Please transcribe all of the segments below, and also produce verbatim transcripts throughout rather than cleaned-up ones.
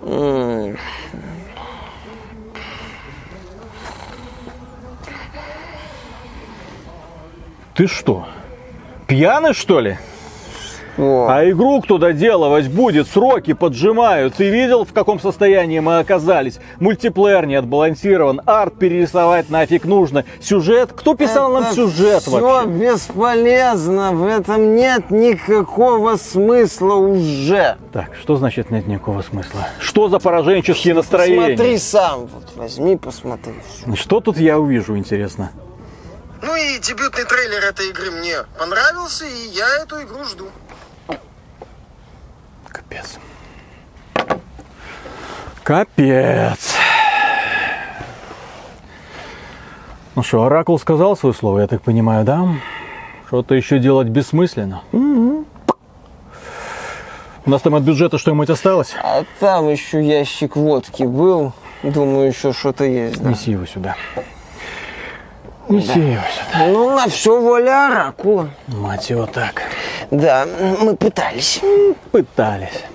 Mm. Ты что, пьяный, что ли? О. А игру кто доделывать будет? Сроки поджимают. Ты видел, в каком состоянии мы оказались? Мультиплеер не отбалансирован, арт перерисовать нафиг нужно. Сюжет? Кто писал Это нам сюжет все вообще? бесполезно, в этом нет никакого смысла уже. Так, что значит нет никакого смысла? Что за пораженческие настроения? Смотри сам, вот возьми, посмотри. Что тут я увижу, интересно? Ну и дебютный трейлер этой игры мне понравился, и я эту игру жду. Капец. Капец. Ну что, Оракул сказал свое слово, я так понимаю, да? Что-то еще делать бессмысленно. Угу. У нас там от бюджета что-нибудь осталось? А там еще ящик водки был. Думаю, еще что-то есть, да. Неси его сюда. Неси да. его сюда. Ну, на все воля Оракула. Мать его так. Да, мы пытались. Пытались.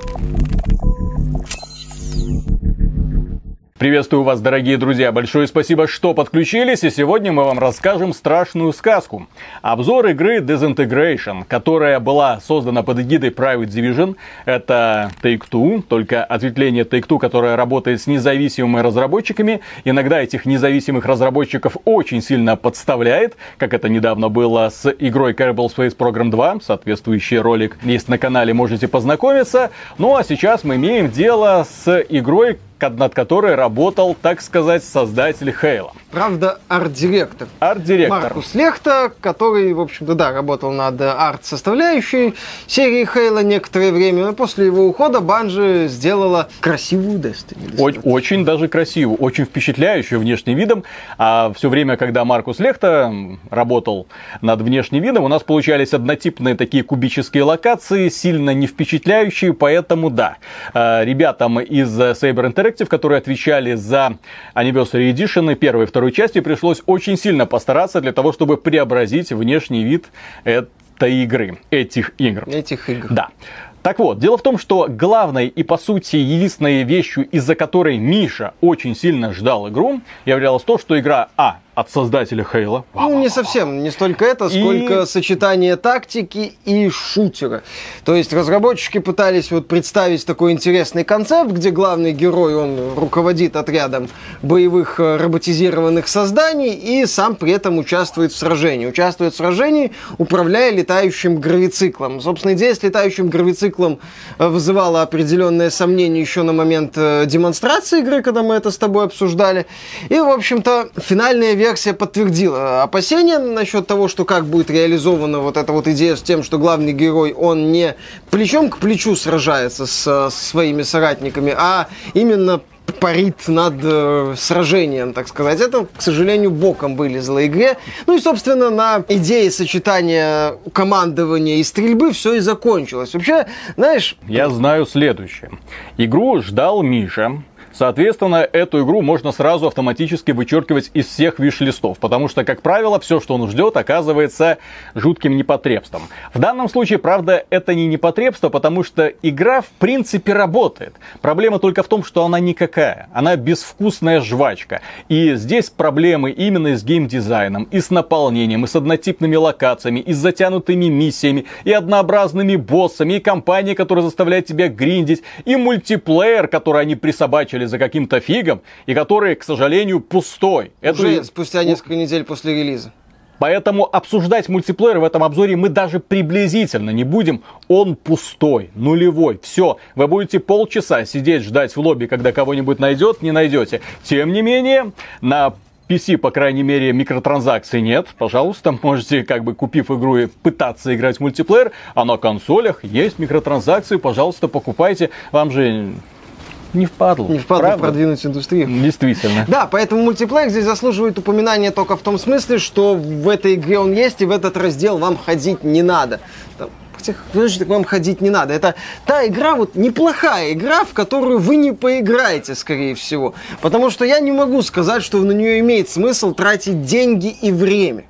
Приветствую вас, дорогие друзья. Большое спасибо, что подключились. И сегодня мы вам расскажем страшную сказку. Обзор игры Disintegration, которая была создана под эгидой Private Division. Это Take-Two, только ответвление Take-Two, которое работает с независимыми разработчиками. Иногда этих независимых разработчиков очень сильно подставляет, как это недавно было с игрой Kerbal Space Program два. Соответствующий ролик есть на канале, можете познакомиться. Ну а сейчас мы имеем дело с игрой, над которой работал, так сказать, создатель Хейла. Правда, арт-директор. Арт-директор. Маркус Лехта, который, в общем-то, да, работал над арт-составляющей серии Хейла некоторое время. Но после его ухода Банжи сделала красивую Destiny. Очень, очень даже красивую, очень впечатляющую внешним видом. А все время, когда Маркус Лехта работал над внешним видом, у нас получались однотипные такие кубические локации, сильно не впечатляющие, поэтому да, ребятам из Saber Interactive, которые отвечали за Anniversary Edition первой и второй части, пришлось очень сильно постараться для того, чтобы преобразить внешний вид этой игры, этих игр. Этих игр. Да. Так вот, дело в том, что главной и, по сути, единственной вещью, из-за которой Миша очень сильно ждал игру, являлось то, что игра, а, от создателя Хейла. Ну, не совсем, не столько это, И... сколько сочетание тактики и шутера. То есть разработчики пытались вот представить такой интересный концепт, где главный герой, он руководит отрядом боевых роботизированных созданий и сам при этом участвует в сражении. Участвует в сражении, управляя летающим гравициклом. Собственно, идея с летающим гравициклом вызывала определенные сомнения еще на момент демонстрации игры, когда мы это с тобой обсуждали. И, в общем-то, финальная версия подтвердила опасения насчет того, что как будет реализована вот эта вот идея с тем, что главный герой, он не плечом к плечу сражается с, со своими соратниками, а именно парит над э, сражением, так сказать. Это, к сожалению, боком вылезло игре. Ну и, собственно, на идее сочетания командования и стрельбы все и закончилось. Вообще, знаешь... Я знаю следующее. Игру ждал Миша. Соответственно, эту игру можно сразу автоматически вычеркивать из всех виш-листов, потому что, как правило, все, что он ждет, оказывается жутким непотребством. В данном случае, правда, это не непотребство, потому что игра в принципе работает. Проблема только в том, что она никакая, она безвкусная жвачка. И здесь проблемы именно и с геймдизайном, и с наполнением, и с однотипными локациями, и с затянутыми миссиями, и однообразными боссами, и кампанией, которая заставляет тебя гриндить, и мультиплеер, который они присобачили за каким-то фигом, и который, к сожалению, пустой. Уже Эту... спустя несколько недель после релиза. Поэтому обсуждать мультиплеер в этом обзоре мы даже приблизительно не будем. Он пустой, нулевой. Все, вы будете полчаса сидеть, ждать в лобби, когда кого-нибудь найдет, не найдете. Тем не менее, на пи си, по крайней мере, микротранзакций нет. Пожалуйста, можете, как бы купив игру, и пытаться играть в мультиплеер. А на консолях есть микротранзакции. Пожалуйста, покупайте. Вам же... Не впадло. Не впадло продвинуть индустрию. Действительно. Да, поэтому мультиплеер здесь заслуживает упоминания только в том смысле, что в этой игре он есть, и в этот раздел вам ходить не надо. Хотя, значит, вам ходить не надо. Это та игра, вот неплохая игра, в которую вы не поиграете, скорее всего. Потому что я не могу сказать, что на нее имеет смысл тратить деньги и время.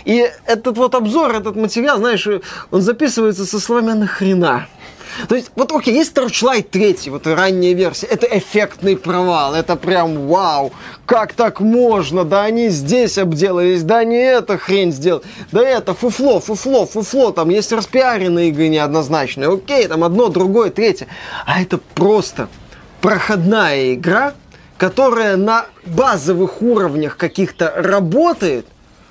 И этот вот обзор, этот материал, знаешь, он записывается со словами «а нахрена?». То есть, вот окей, есть Torchlight три, вот ранняя версия, это эффектный провал, это прям вау, как так можно, да они здесь обделались, да они это хрень сделали, да это фуфло, фуфло, фуфло, там есть распиаренные игры неоднозначные, окей, там одно, другое, третье, а это просто проходная игра, которая на базовых уровнях каких-то работает,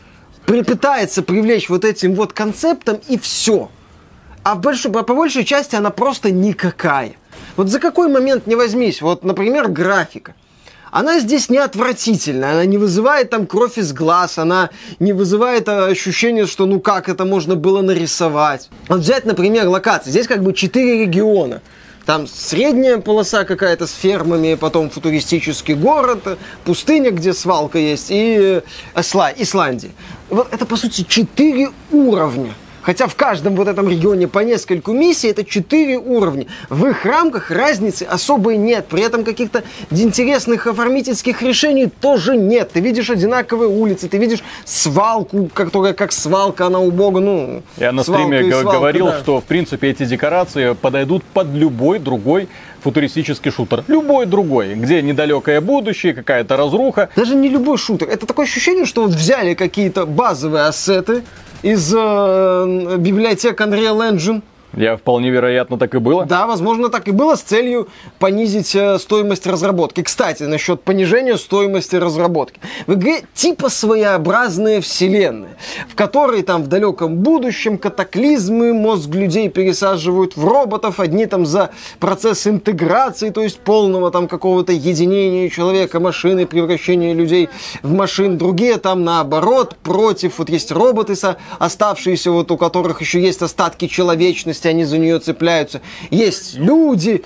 пытается привлечь вот этим вот концептом и все. А больше, по большей части она просто никакая. Вот за какой момент не возьмись, вот, например, графика. Она здесь не отвратительная, она не вызывает там кровь из глаз, она не вызывает ощущение, что ну как это можно было нарисовать. Вот взять, например, локации. Здесь как бы четыре региона. Там средняя полоса какая-то с фермами, потом футуристический город, пустыня, где свалка есть, и Исла- Исландия. Вот это, по сути, четыре уровня. Хотя в каждом вот этом регионе по нескольку миссий, это четыре уровня. В их рамках разницы особой нет. При этом каких-то интересных оформительских решений тоже нет. Ты видишь одинаковые улицы, ты видишь свалку, которая как свалка, она убога. Ну, я на стриме г- свалка, говорил, да. что в принципе эти декорации подойдут под любой другой футуристический шутер. Любой другой, где недалекое будущее, какая-то разруха. Даже не любой шутер. Это такое ощущение, что вот взяли какие-то базовые ассеты из э, библиотек Unreal Engine. Я вполне вероятно так и было. Да, возможно, так и было с целью понизить э, стоимость разработки. Кстати, насчет понижения стоимости разработки. В игре типа своеобразная вселенная, в которой там в далеком будущем катаклизмы, мозг людей пересаживают в роботов, одни там за процесс интеграции, то есть полного там какого-то единения человека, машины, превращения людей в машин, другие там наоборот, против, вот есть роботы, оставшиеся, вот у которых еще есть остатки человечности, они за нее цепляются. Есть люди.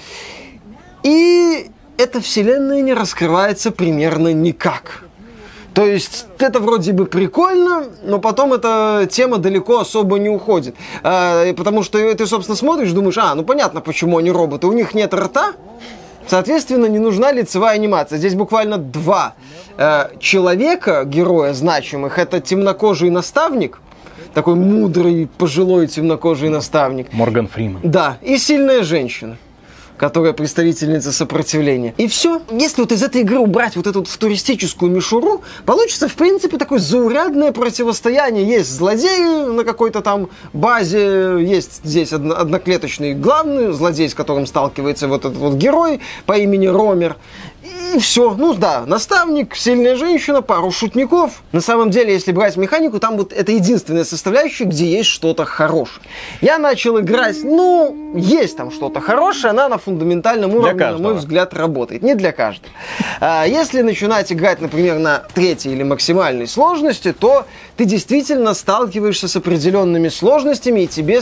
И эта вселенная не раскрывается примерно никак. То есть это вроде бы прикольно, но потом эта тема далеко особо не уходит. А, потому что ты, собственно, смотришь, думаешь, а, ну понятно, почему они роботы. У них нет рта, соответственно, не нужна лицевая анимация. Здесь буквально два э, человека, героя значимых. Это темнокожий наставник, такой мудрый, пожилой темнокожий наставник. Морган Фриман. Да, и сильная женщина, которая представительница сопротивления. И все. Если вот из этой игры убрать вот эту вот футуристическую мишуру, получится, в принципе, такое заурядное противостояние. Есть злодеи на какой-то там базе, есть здесь одно- одноклеточный главный злодей, с которым сталкивается вот этот вот герой по имени Ромер. И все. Ну да, наставник, сильная женщина, пару шутников. На самом деле, если брать механику, там вот это единственная составляющая, где есть что-то хорошее. Я начал играть, ну, есть там что-то хорошее, она на фундаментальном уровне, на мой взгляд, работает. Не для каждого. А если начинать играть, например, на третьей или максимальной сложности, то ты действительно сталкиваешься с определенными сложностями, и тебе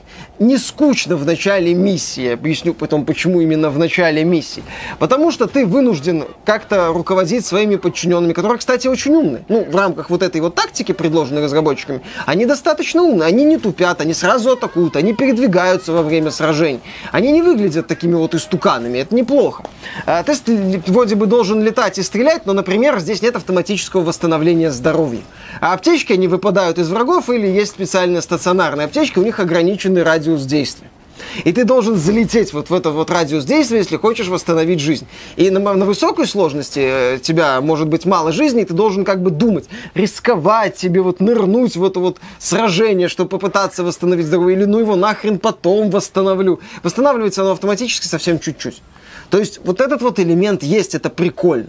не скучно в начале миссии. Я объясню потом, почему именно в начале миссии. Потому что ты вынужден как-то руководить своими подчиненными, которые, кстати, очень умные. Ну, в рамках вот этой вот тактики, предложенной разработчиками, они достаточно умные, они не тупят, они сразу атакуют, они передвигаются во время сражений. Они не выглядят такими вот истуканами, это неплохо. А, ты вроде бы должен летать и стрелять, но, например, здесь нет автоматического восстановления здоровья. А аптечки, они выпадают из врагов, или есть специальные стационарные аптечки, у них ограниченный радиус действия. И ты должен залететь вот в этот вот радиус действия, если хочешь восстановить жизнь. И на, на высокой сложности тебя может быть мало жизни, и ты должен как бы думать, рисковать тебе, вот нырнуть в это вот сражение, чтобы попытаться восстановить здоровье, или ну его нахрен потом восстановлю. Восстанавливается оно автоматически совсем чуть-чуть. То есть вот этот вот элемент есть, это прикольно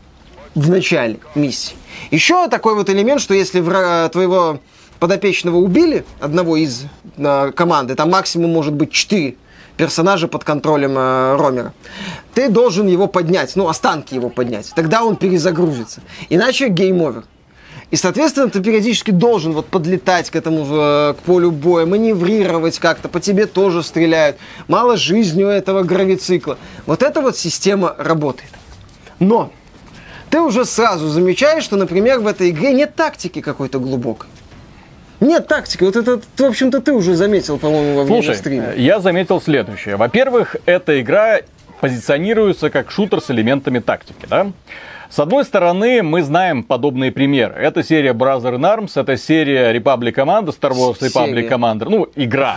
в начале миссии. Еще такой вот элемент, что если враг, твоего подопечного убили, одного из э, команды, там максимум может быть четыре персонажа под контролем э, Ромера, ты должен его поднять, ну, останки его поднять, тогда он перезагрузится. Иначе гейм-овер. И, соответственно, ты периодически должен вот подлетать к этому, к полю боя, маневрировать как-то, по тебе тоже стреляют. Мало жизни у этого гравицикла. Вот эта вот система работает. Но ты уже сразу замечаешь, что, например, в этой игре нет тактики какой-то глубокой. Нет тактики. Вот это, в общем-то, ты уже заметил, по-моему, во время Слушай, стрима. Я заметил следующее. Во-первых, эта игра позиционируется как шутер с элементами тактики, да? С одной стороны, мы знаем подобные примеры. Это серия Brothers in Arms, это серия Republic Commando, Star Wars Republic Commander. Ну, игра.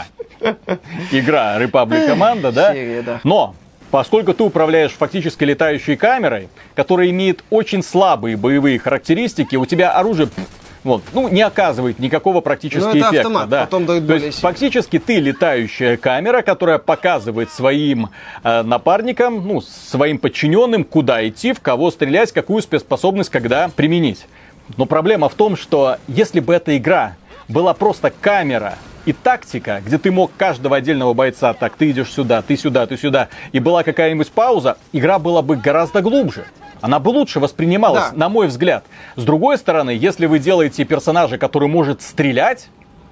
Игра Republic Commando, да? Серия, да. Но, поскольку ты управляешь фактически летающей камерой, которая имеет очень слабые боевые характеристики, у тебя оружие... Вот, ну, не оказывает никакого практически ну, это эффекта. Автомат, да. Потом дают То более есть, фактически ты летающая камера, которая показывает своим э, напарникам, ну, своим подчиненным, куда идти, в кого стрелять, какую спецспособность когда применить. Но проблема в том, что если бы эта игра была просто камера и тактика, где ты мог каждого отдельного бойца, так, ты идешь сюда, ты сюда, ты сюда, и была какая-нибудь пауза, игра была бы гораздо глубже. Она бы лучше воспринималась, да. на мой взгляд. С другой стороны, если вы делаете персонажа, который может стрелять,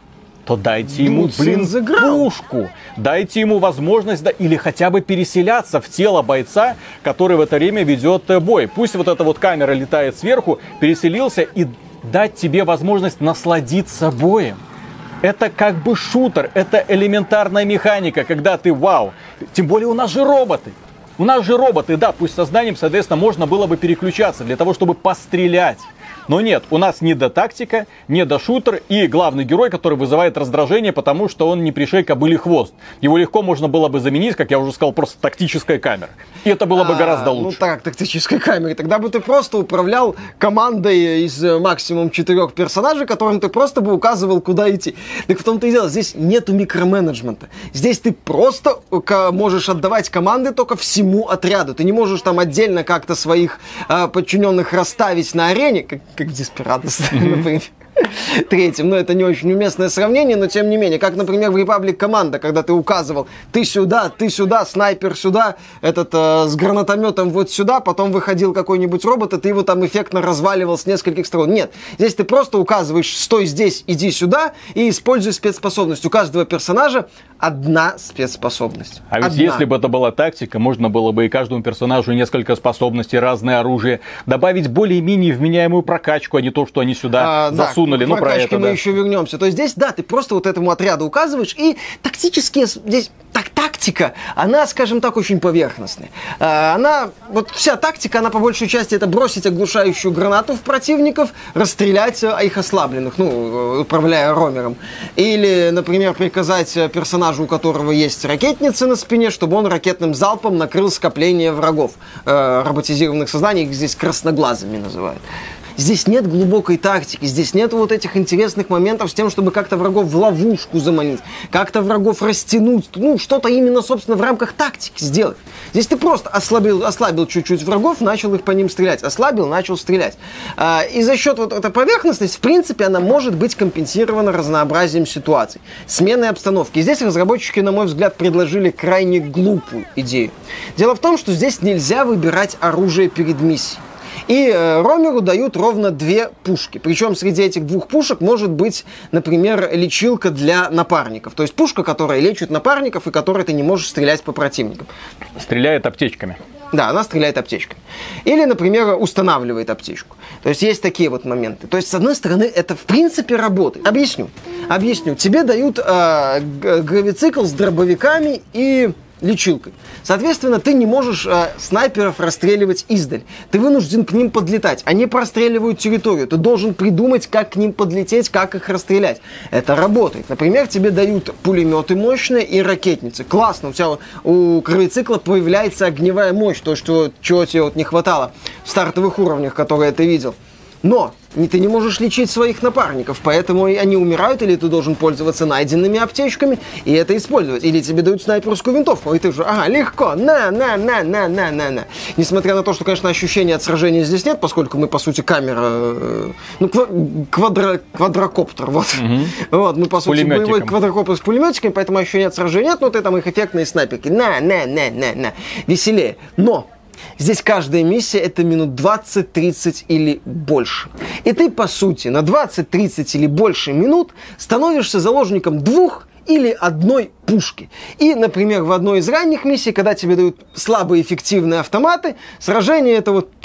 то дайте ему, блин, пушку. Дайте ему возможность, да, или хотя бы переселяться в тело бойца, который в это время ведет бой. Пусть вот эта вот камера летает сверху, переселился, и дать тебе возможность насладиться боем. Это как бы шутер, это элементарная механика, когда ты вау. Тем более у нас же роботы. У нас же роботы, да, пусть сознанием, соответственно, можно было бы переключаться для того, чтобы пострелять. Но нет, у нас не до тактика, не до шутер и главный герой, который вызывает раздражение, потому что он не пришей кобыле хвост. Его легко можно было бы заменить, как я уже сказал, просто тактическая камера. И это было бы гораздо лучше. А, ну так, тактической камерой. Тогда бы ты просто управлял командой из максимум четырех персонажей, которым ты просто бы указывал, куда идти. Так в том-то и дело, здесь нету микроменеджмента. Здесь ты просто можешь отдавать команды только всему отряду. Ты не можешь там отдельно как-то своих а, подчиненных расставить на арене, как, как в Desperados, например. Третьим. Ну, это не очень уместное сравнение, но тем не менее. Как, например, в Republic Commando, когда ты указывал, ты сюда, ты сюда, снайпер сюда, этот э, с гранатометом вот сюда, потом выходил какой-нибудь робот, и ты его там эффектно разваливал с нескольких сторон. Нет. Здесь ты просто указываешь, стой здесь, иди сюда, и используй спецспособность. У каждого персонажа одна спецспособность. А ведь одна. Если бы это была тактика, можно было бы и каждому персонажу несколько способностей, разное оружие, добавить более-менее вменяемую прокачку, а не то, что они сюда а, засунули. Да, ну, к про это, мы да. еще вернемся. То есть здесь, да, ты просто вот этому отряду указываешь, и тактически здесь так, тактика, она, скажем так, очень поверхностная. Она, вот вся тактика, она по большей части это бросить оглушающую гранату в противников, расстрелять их ослабленных, ну, управляя ромером. Или, например, приказать персонажу, у которого есть ракетница на спине, чтобы он ракетным залпом накрыл скопление врагов. Роботизированных сознаний, их здесь красноглазыми называют. Здесь нет глубокой тактики, здесь нет вот этих интересных моментов с тем, чтобы как-то врагов в ловушку заманить, как-то врагов растянуть, ну, что-то именно, собственно, в рамках тактики сделать. Здесь ты просто ослабил, ослабил чуть-чуть врагов, начал их по ним стрелять, ослабил, начал стрелять. И за счет вот этой поверхностности, в принципе, она может быть компенсирована разнообразием ситуаций, сменой обстановки. И здесь разработчики, на мой взгляд, предложили крайне глупую идею. Дело в том, что здесь нельзя выбирать оружие перед миссией. И э, Ромеру дают ровно две пушки. Причем среди этих двух пушек может быть, например, лечилка для напарников. То есть пушка, которая лечит напарников и которой ты не можешь стрелять по противникам. Стреляет аптечками. Да, она стреляет аптечками. Или, например, устанавливает аптечку. То есть есть такие вот моменты. То есть, с одной стороны, это в принципе работает. Объясню. Объясню. Тебе дают э, гравицикл с дробовиками и лечилкой. Соответственно, ты не можешь э, снайперов расстреливать издаль. Ты вынужден к ним подлетать. Они простреливают территорию. Ты должен придумать, как к ним подлететь, как их расстрелять. Это работает. Например, тебе дают пулеметы мощные и ракетницы. Классно. У тебя у кровецикла появляется огневая мощь. То, что, чего тебе вот не хватало в стартовых уровнях, которые ты видел. Но ты не можешь лечить своих напарников, поэтому они умирают, или ты должен пользоваться найденными аптечками и это использовать. Или тебе дают снайперскую винтовку, и ты уже, ага, легко, на, на, на, на, на, на, на. Несмотря на то, что, конечно, ощущения от сражения здесь нет, поскольку мы, по сути, камера, ну, квадро, квадрокоптер, вот. Угу. Вот, мы, по сути, боевой квадрокоптер с пулеметиками, поэтому ощущения от сражения нет, но ты там их эффектные снайперки, на, на, на, на, на, веселее. Но здесь каждая миссия это минут двадцать-тридцать или больше. И ты, по сути, на двадцать-тридцать или больше минут становишься заложником двух или одной пушки. И, например, в одной из ранних миссий, когда тебе дают слабые эффективные автоматы, сражение это вот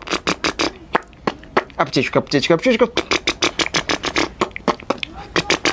аптечка, аптечка, аптечка.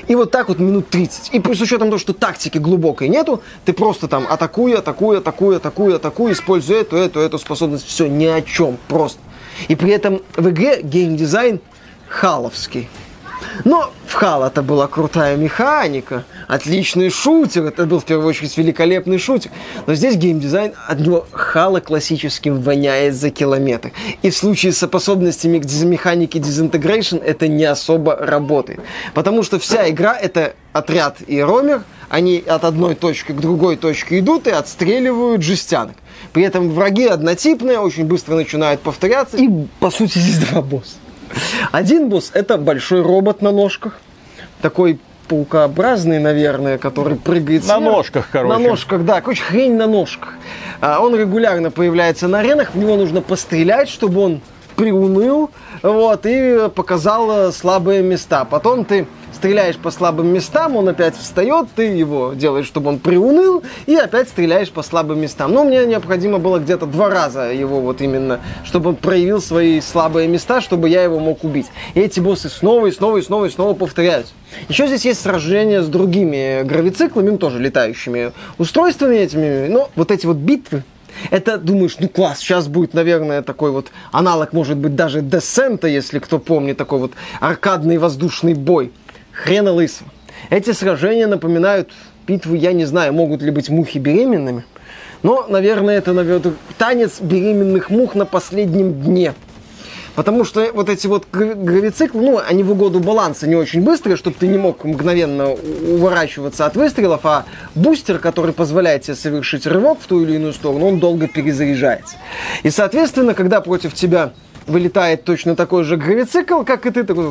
И вот так вот минут тридцать. И с учетом того, что тактики глубокой нету, ты просто там атакуй, атакуй, атакуй, атакуй, атакуй, используй эту, эту, эту способность. Все, ни о чем, просто. И при этом в игре геймдизайн халовский. Но в Halo это была крутая механика, отличный шутер, это был в первую очередь великолепный шутер. Но здесь геймдизайн, от него Halo классическим воняет за километр. И в случае с способностями к механике Disintegration это не особо работает. Потому что вся игра это отряд и ромер, они от одной точки к другой точке идут и отстреливают жестянок. При этом враги однотипные, очень быстро начинают повторяться. И по сути здесь два босса. Один босс это большой робот на ножках, такой паукообразный, наверное, который прыгает на сверху. ножках, короче. На ножках, да, короче, хрень на ножках. А, он регулярно появляется на аренах, в него нужно пострелять, чтобы он приуныл, вот, и показал слабые места. Потом ты стреляешь по слабым местам, он опять встает, ты его делаешь, чтобы он приуныл, и опять стреляешь по слабым местам. Но мне необходимо было где-то два раза его вот именно, чтобы он проявил свои слабые места, чтобы я его мог убить. И эти боссы снова и снова и снова и снова повторяются. Еще здесь есть сражения с другими гравициклами, тоже летающими устройствами этими. Но вот эти вот битвы, это, думаешь, ну класс, сейчас будет, наверное, такой вот аналог, может быть, даже Descent, если кто помнит, такой вот аркадный воздушный бой. Хрена лысого. Эти сражения напоминают битвы, я не знаю, могут ли быть мухи беременными, но, наверное, это, наверное, танец беременных мух на последнем дне. Потому что вот эти вот гравициклы, ну, они в угоду баланса не очень быстрые, чтобы ты не мог мгновенно уворачиваться от выстрелов, а бустер, который позволяет тебе совершить рывок в ту или иную сторону, он долго перезаряжается. И, соответственно, когда против тебя вылетает точно такой же гравицикл, как и ты, такой...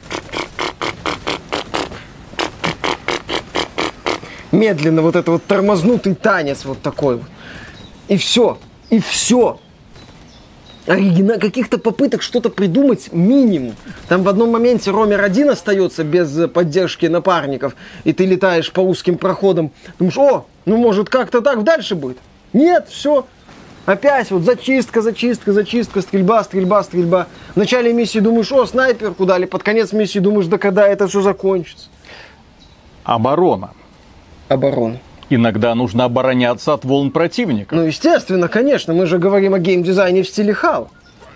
Медленно вот это вот тормознутый танец вот такой вот. И все. И все. Оригина... Каких-то попыток что-то придумать минимум. Там в одном моменте Ромер один остается без поддержки напарников, и ты летаешь по узким проходам. Думаешь, о, ну может как-то так дальше будет. Нет, все. Опять вот зачистка, зачистка, зачистка, стрельба, стрельба, стрельба. В начале миссии думаешь, о, снайперку дали. Под конец миссии думаешь, да когда это все закончится. Оборона. Обороны. Иногда нужно обороняться от волн противника. Ну, естественно, конечно. Мы же говорим о геймдизайне в стиле Halo.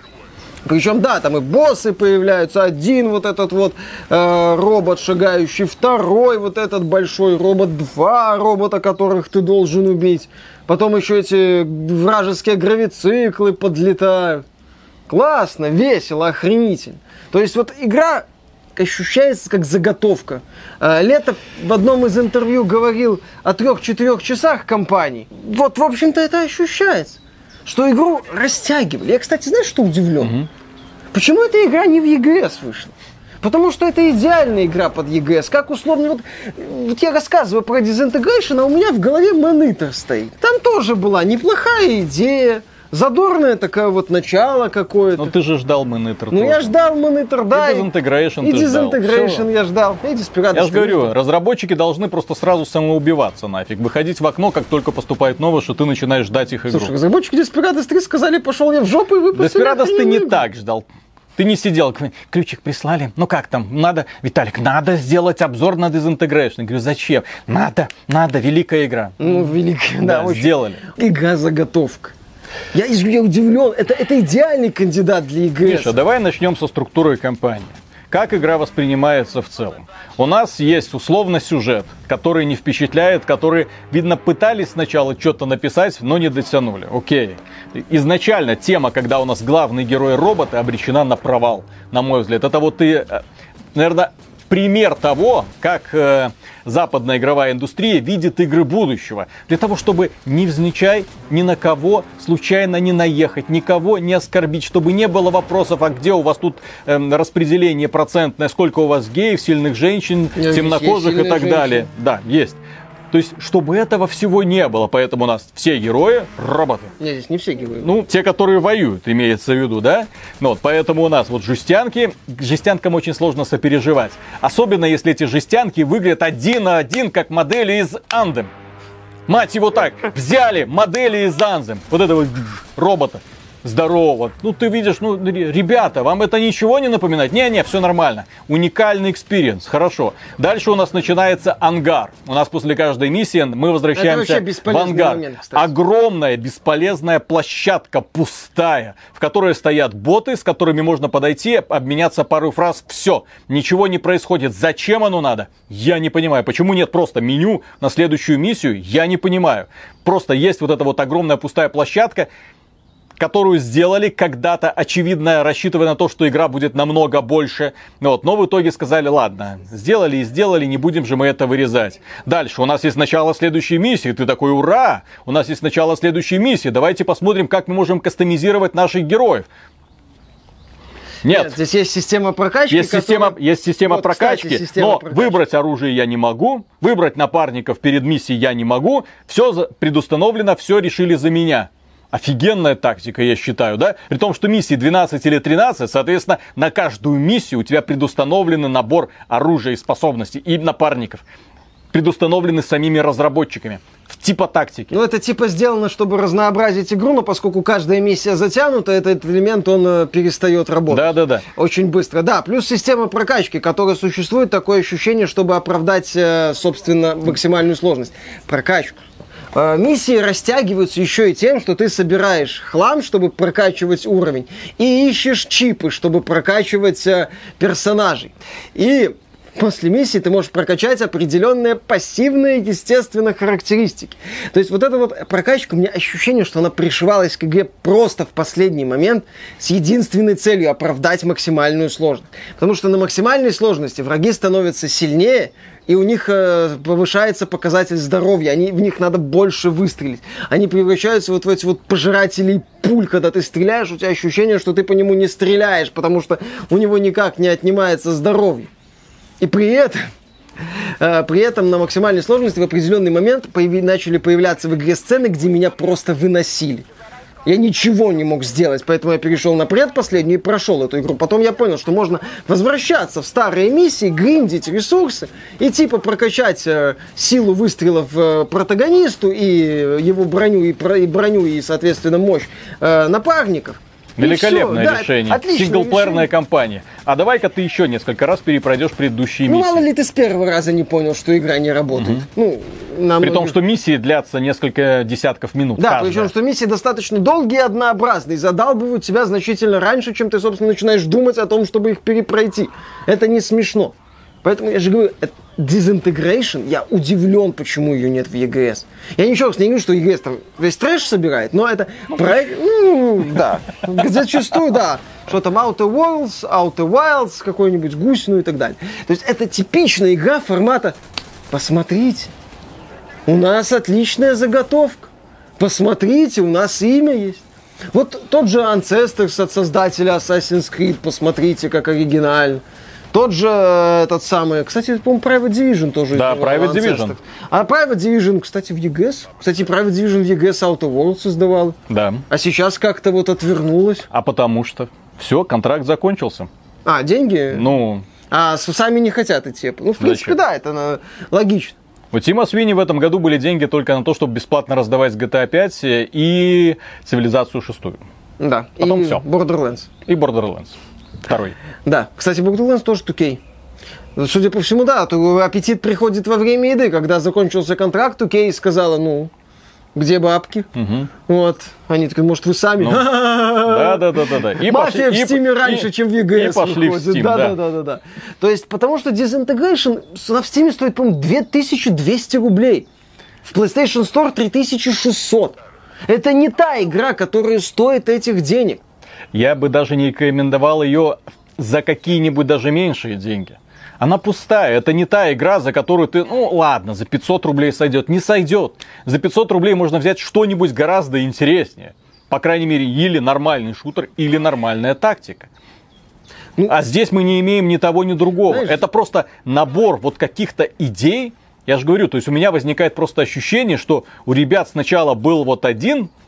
Причем, да, там и боссы появляются. Один вот этот вот э, робот шагающий, второй вот этот большой робот, два робота, которых ты должен убить. Потом еще эти вражеские гравициклы подлетают. Классно, весело, охренительно. То есть вот игра... ощущается как заготовка. Лето в одном из интервью говорил о трех-четырех часах кампании. Вот, в общем-то, это ощущается. Что игру растягивали. Я, кстати, знаешь, что удивлен? Угу. Почему эта игра не в и джи эс вышла? Потому что это идеальная игра под и джи эс. Как условно, вот, вот я рассказываю про Disintegration, а у меня в голове монитор стоит. Там тоже была неплохая идея. Задорное такое вот начало какое-то. Ну ты же ждал монитор. Ну тоже. я ждал монитор, да. И Disintegration и ты ждал. Disintegration я ждал. И Desperado. Я же говорю, разработчики должны просто сразу самоубиваться нафиг. Выходить в окно, как только поступает новость, что ты начинаешь ждать их игру. Слушай, разработчики Desperados три сказали, пошел я в жопу и выпустили. Desperados ты не так ждал. Ты не сидел, ключик прислали. Ну как там, надо, Виталик, надо сделать обзор на Disintegration. Я говорю, зачем? Надо, надо, великая игра. Ну, великая, да, да, сделали. Игра-заготовка. Я, я удивлен, это, это идеальный кандидат для и джи эс. Миша, давай начнем со структуры кампании. Как игра воспринимается в целом? У нас есть условно сюжет, который не впечатляет, который, видно, пытались сначала что-то написать, но не дотянули. Окей. Изначально тема, когда у нас главный герой робота, обречена на провал, на мой взгляд. Это вот и, наверное, пример того, как э, западная игровая индустрия видит игры будущего. Для того, чтобы невзначай ни на кого случайно не наехать, никого не оскорбить, чтобы не было вопросов, а где у вас тут э, распределение процентное, сколько у вас геев, сильных женщин, Но темнокожих и так женщины. Далее. Да, есть. То есть, чтобы этого всего не было. Поэтому у нас все герои роботы. Нет, здесь не все герои. Ну, те, которые воюют, имеется в виду, да? Ну, вот, поэтому у нас вот жестянки. Жестянкам очень сложно сопереживать. Особенно, если эти жестянки выглядят один на один, как модели из Anthem. Мать его так, взяли модели из Anthem. Вот этого робота. здорово. Ну, ты видишь, ну, ребята, вам это ничего не напоминает? Не-не, все нормально. Уникальный экспириенс, хорошо. Дальше у нас начинается ангар. У нас после каждой миссии мы возвращаемся в ангар. Момент, огромная бесполезная площадка, пустая, в которой стоят боты, с которыми можно подойти, обменяться пару фраз. Все, ничего не происходит. Зачем оно надо? Я не понимаю. Почему нет просто меню на следующую миссию? Я не понимаю. Просто есть вот эта вот огромная пустая площадка, которую сделали когда-то, очевидно, рассчитывая на то, что игра будет намного больше. Вот. Но в итоге сказали, ладно, сделали и сделали, не будем же мы это вырезать. Дальше, у нас есть начало следующей миссии. Ты такой, ура! У нас есть начало следующей миссии. Давайте посмотрим, как мы можем кастомизировать наших героев. Нет. Нет, здесь есть система прокачки. Есть которая... система, есть система вот, прокачки, кстати, система но прокачки. Выбрать оружие я не могу, выбрать напарников перед миссией я не могу. Все предустановлено, все решили за меня. Офигенная тактика, я считаю, да? При том, что миссии двенадцать или тринадцать, соответственно, на каждую миссию у тебя предустановлен набор оружия и способностей и напарников. Предустановлены самими разработчиками. Типа тактики. Ну, это типа сделано, чтобы разнообразить игру, но поскольку каждая миссия затянута, этот элемент, он э, перестает работать. Да-да-да. Очень быстро. Да, плюс система прокачки, которая существует, такое ощущение, чтобы оправдать, э, собственно, максимальную сложность. Прокачку. Миссии растягиваются еще и тем, что ты собираешь хлам, чтобы прокачивать уровень, и ищешь чипы, чтобы прокачивать э, персонажей. И после миссии ты можешь прокачать определенные пассивные, естественно, характеристики. То есть вот эта вот прокачка, у меня ощущение, что она пришивалась к игре просто в последний момент с единственной целью оправдать максимальную сложность. Потому что на максимальной сложности враги становятся сильнее, и у них э, повышается показатель здоровья, они, в них надо больше выстрелить. Они превращаются вот в эти вот пожирателей пуль, когда ты стреляешь, у тебя ощущение, что ты по нему не стреляешь, потому что у него никак не отнимается здоровье. И при этом, э, при этом на максимальной сложности в определенный момент появи, начали появляться в игре сцены, где меня просто выносили. Я ничего не мог сделать, поэтому я перешел на предпоследнюю и прошел эту игру. Потом я понял, что можно возвращаться в старые миссии, гриндить ресурсы и типа прокачать э, силу выстрелов э, протагонисту и его броню, и, про, и броню, и, соответственно, мощь э, напарников. Великолепное да, решение. Синглплеерная кампания. А давай-ка ты еще несколько раз перепройдешь предыдущие ну, миссии. Ну, мало ли ты с первого раза не понял, что игра не работает. Угу. Ну, нам... При том, что миссии длятся несколько десятков минут. Да, каждая. Причем, что миссии достаточно долгие и однообразные. Задалбывают тебя значительно раньше, чем ты, собственно, начинаешь думать о том, чтобы их перепройти. Это не смешно. Поэтому я же говорю, Disintegration, я удивлен, почему ее нет в и джи эс. Я ничего не говорю, что и джи эс там весь трэш собирает, но это проект, ну, да, зачастую, да, что там Outer Worlds, Outer Wilds, какой-нибудь гусь, ну и так далее. То есть это типичная игра формата, посмотрите, у нас отличная заготовка, посмотрите, у нас имя есть. Вот тот же Ancestors от создателя Assassin's Creed, посмотрите, как оригинально. Тот же этот самый, кстати, по-моему, Private Division тоже. Да, Private Division. А Private Division, кстати, в и джи эс. Кстати, Private Division в и джи эс Outer Worlds создавал. Да. А сейчас как-то вот отвернулось. А потому что все, контракт закончился. А, деньги? Ну. А сами не хотят идти. Ну, в принципе, зачем? Да, это на... логично. У Тима Свини в этом году были деньги только на то, чтобы бесплатно раздавать джи ти эй пять и Цивилизацию шестую. Да. Потом и все. Borderlands. И Borderlands. Второй. Да. Кстати, Borderlands тоже ту кей. Судя по всему, да, то аппетит приходит во время еды. Когда закончился контракт, ту кей сказала, ну, где бабки? Угу. Вот. Они такие, может, вы сами? Ну, да, да, да, да, да. И Мафия пошли, в Стиме раньше, и, чем в и джи эс. И пошли выходит. В Steam, да, да. да, да, да, да. То есть, потому что Disintegration в Стиме стоит, по-моему, две тысячи двести рублей. В PlayStation Store три тысячи шестьсот. Это не та игра, которая стоит этих денег. Я бы даже не рекомендовал ее за какие-нибудь даже меньшие деньги. Она пустая. Это не та игра, за которую ты, ну ладно, за пятьсот рублей сойдет. Не сойдет. За пятьсот рублей можно взять что-нибудь гораздо интереснее. По крайней мере, или нормальный шутер, или нормальная тактика. Ну, а здесь мы не имеем ни того, ни другого. Знаешь, это просто набор вот каких-то идей. Я же говорю, то есть у меня возникает просто ощущение, что у ребят сначала был вот один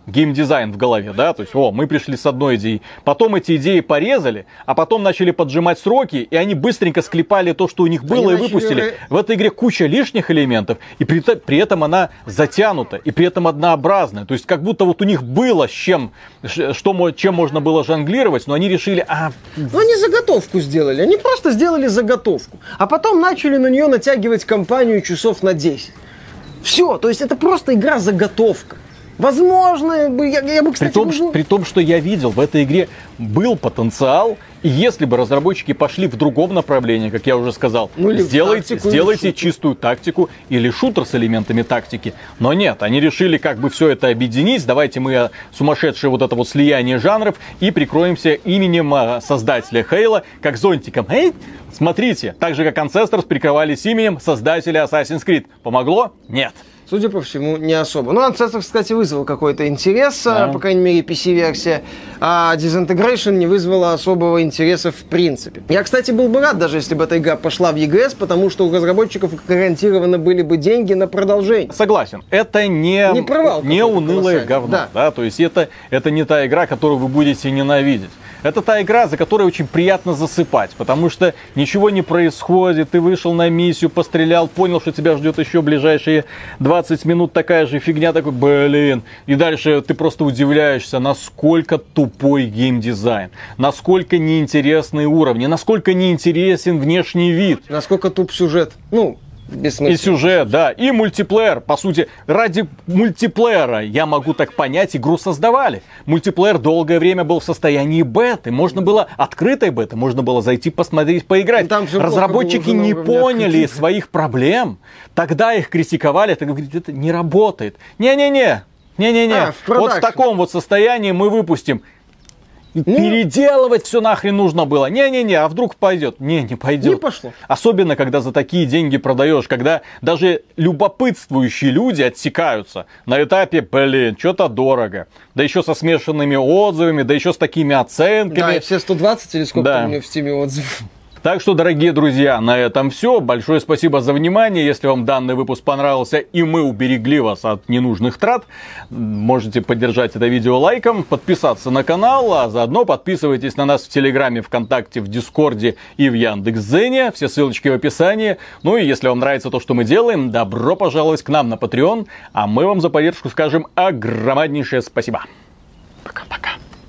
геймдизайн в голове, да, то есть, о, мы пришли с одной идеей, потом эти идеи порезали, а потом начали поджимать сроки, и они быстренько склепали то, что у них было, они и выпустили. Начали... В этой игре куча лишних элементов, и при, при этом она затянута, и при этом однообразная, то есть, как будто вот у них было с чем, что, чем можно было жонглировать, но они решили, а... Ну, они заготовку сделали, они просто сделали заготовку, а потом начали на нее натягивать кампанию часов на десять. Все, то есть, это просто игра-заготовка. Возможно, я, я бы, кстати... При том, уже... при том, что я видел, в этой игре был потенциал, и если бы разработчики пошли в другом направлении, как я уже сказал, ну, сделайте, сделайте чистую тактику или шутер с элементами тактики. Но нет, они решили как бы все это объединить, давайте мы сумасшедшее вот это вот слияние жанров и прикроемся именем создателя Хейла, как зонтиком. Эй, смотрите, так же как Ancestors прикрывались именем создателя Assassin's Creed. Помогло? Нет. Судя по всему, не особо. Ну, Ancestors, кстати, вызвал какой-то интерес, да. По крайней мере, пи си-версия, а Disintegration не вызвала особого интереса в принципе. Я, кстати, был бы рад, даже если бы эта игра пошла в и джи эс, потому что у разработчиков гарантированно были бы деньги на продолжение. Согласен. Это не, не, провал не унылое говно. Да. Да? То есть это, это не та игра, которую вы будете ненавидеть. Это та игра, за которой очень приятно засыпать, потому что ничего не происходит, ты вышел на миссию, пострелял, понял, что тебя ждет еще ближайшие двадцать минут такая же фигня, такой, блин. И дальше ты просто удивляешься, насколько тупой геймдизайн, насколько неинтересные уровни, насколько неинтересен внешний вид. Насколько туп сюжет. Ну, и сюжет, да, и мультиплеер. По сути, ради мультиплеера, я могу так понять, игру создавали. Мультиплеер долгое время был в состоянии беты. Можно было, открытой беты, можно было зайти посмотреть, поиграть. Разработчики не поняли своих проблем. Тогда их критиковали, тогда говорят, это не работает. Не-не-не, не-не-не. А, вот в таком вот состоянии мы выпустим. Ну, переделывать все нахрен нужно было. Не-не-не, а вдруг пойдет? Не, не пойдет. Не пошло. Особенно, когда за такие деньги продаешь, когда даже любопытствующие люди отсекаются на этапе, блин, что-то дорого. Да еще со смешанными отзывами, да еще с такими оценками. Да, и все сто двадцать или сколько да. у меня в Стиме отзывов. Так что, дорогие друзья, на этом все. Большое спасибо за внимание. Если вам данный выпуск понравился и мы уберегли вас от ненужных трат, можете поддержать это видео лайком, подписаться на канал, а заодно подписывайтесь на нас в Телеграме, ВКонтакте, в Дискорде и в Яндекс.Дзене. Все ссылочки в описании. Ну и если вам нравится то, что мы делаем, добро пожаловать к нам на Patreon, а мы вам за поддержку скажем огромнейшее спасибо. Пока-пока.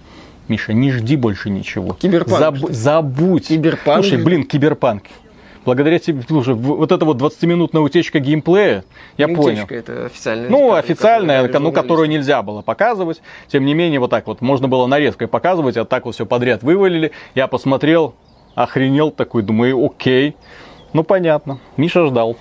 Миша, не жди больше ничего. Киберпанк. Заб- забудь. Киберпанк. Слушай, блин, киберпанк. Благодаря тебе, слушай, вот эта вот двадцатиминутная утечка геймплея, я утечка, понял. Это официальная. Ну, официальная, ну, которую нельзя было показывать. Тем не менее, вот так вот можно было нарезкой показывать, а так вот все подряд вывалили. Я посмотрел, охренел такой, думаю, окей. Ну, понятно. Миша ждал.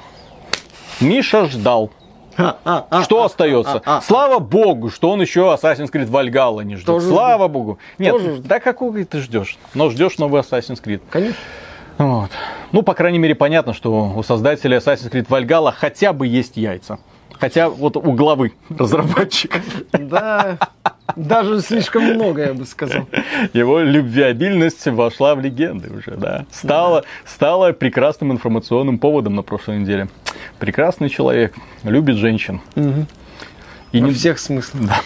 Миша ждал. А, а, а, что а, остается? А, а, Слава богу, что он еще Assassin's Creed Valhalla не ждет. Тоже Слава жду. богу. Нет, Тоже да какого ты ждешь? Но ждешь новый Assassin's Creed. Конечно. Вот. Ну, по крайней мере, понятно, что у создателя Assassin's Creed Valhalla хотя бы есть яйца. Хотя вот у главы разработчика. Да, даже слишком много, я бы сказал. Его любвеобильность вошла в легенды уже, да. Стала, стала прекрасным информационным поводом на прошлой неделе. Прекрасный человек, любит женщин. Угу. И Во не... всех смыслах. Да.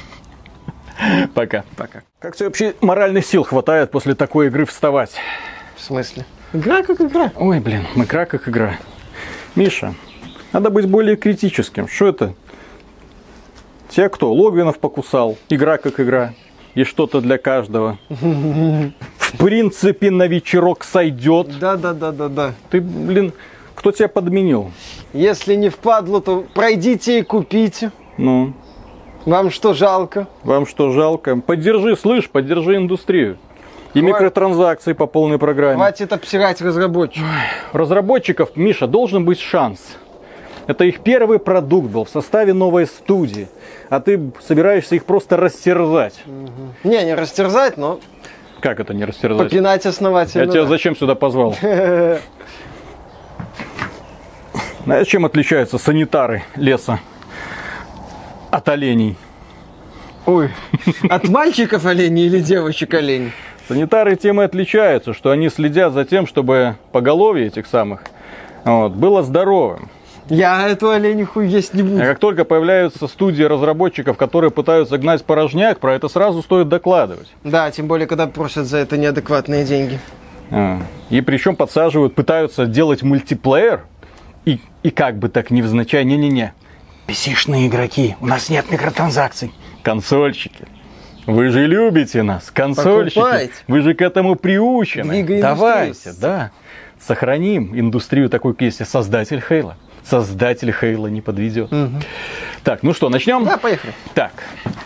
Пока. Пока. Как тебе вообще моральных сил хватает после такой игры вставать? В смысле? Игра как игра. Ой, блин, игра как игра. Миша, надо быть более критическим. Что это? Те, кто Логвинов покусал. Игра как игра. И что-то для каждого. В принципе, на вечерок сойдет. Да, да, да, да, да. Ты, блин, кто тебя подменил? Если не впадло, то пройдите и купите. Ну. Вам что, жалко? Вам что, жалко? Поддержи, слышь, поддержи индустрию. И Хватит. Микротранзакции по полной программе. Хватит обсирать разработчиков. Разработчиков, Миша, должен быть шанс. Это их первый продукт был в составе новой студии. А ты собираешься их просто растерзать. Угу. Не, не растерзать, но... Как это не растерзать? Попинать основательно. Я тебя да. зачем сюда позвал? Знаешь, чем отличаются санитары леса от оленей? Ой, от мальчиков оленей или девочек оленей? Санитары тем и отличаются, что они следят за тем, чтобы поголовье этих самых вот, было здоровым. Я эту олениху есть не буду. А как только появляются студии разработчиков, которые пытаются гнать порожняк, про это сразу стоит докладывать. Да, тем более, когда просят за это неадекватные деньги. А. И причем подсаживают, пытаются делать мультиплеер, и, и как бы так невзначай, не-не-не. пи си-шные игроки, у нас нет микротранзакций. Консольщики. Вы же любите нас, консольщики. Покупайте. Вы же к этому приучены. Двигай Давайте, индустрию. да. Сохраним индустрию такой, если создатель Хейла. Создатель Хейла не подведет. Угу. Так, ну что, начнем? Да, поехали. Так,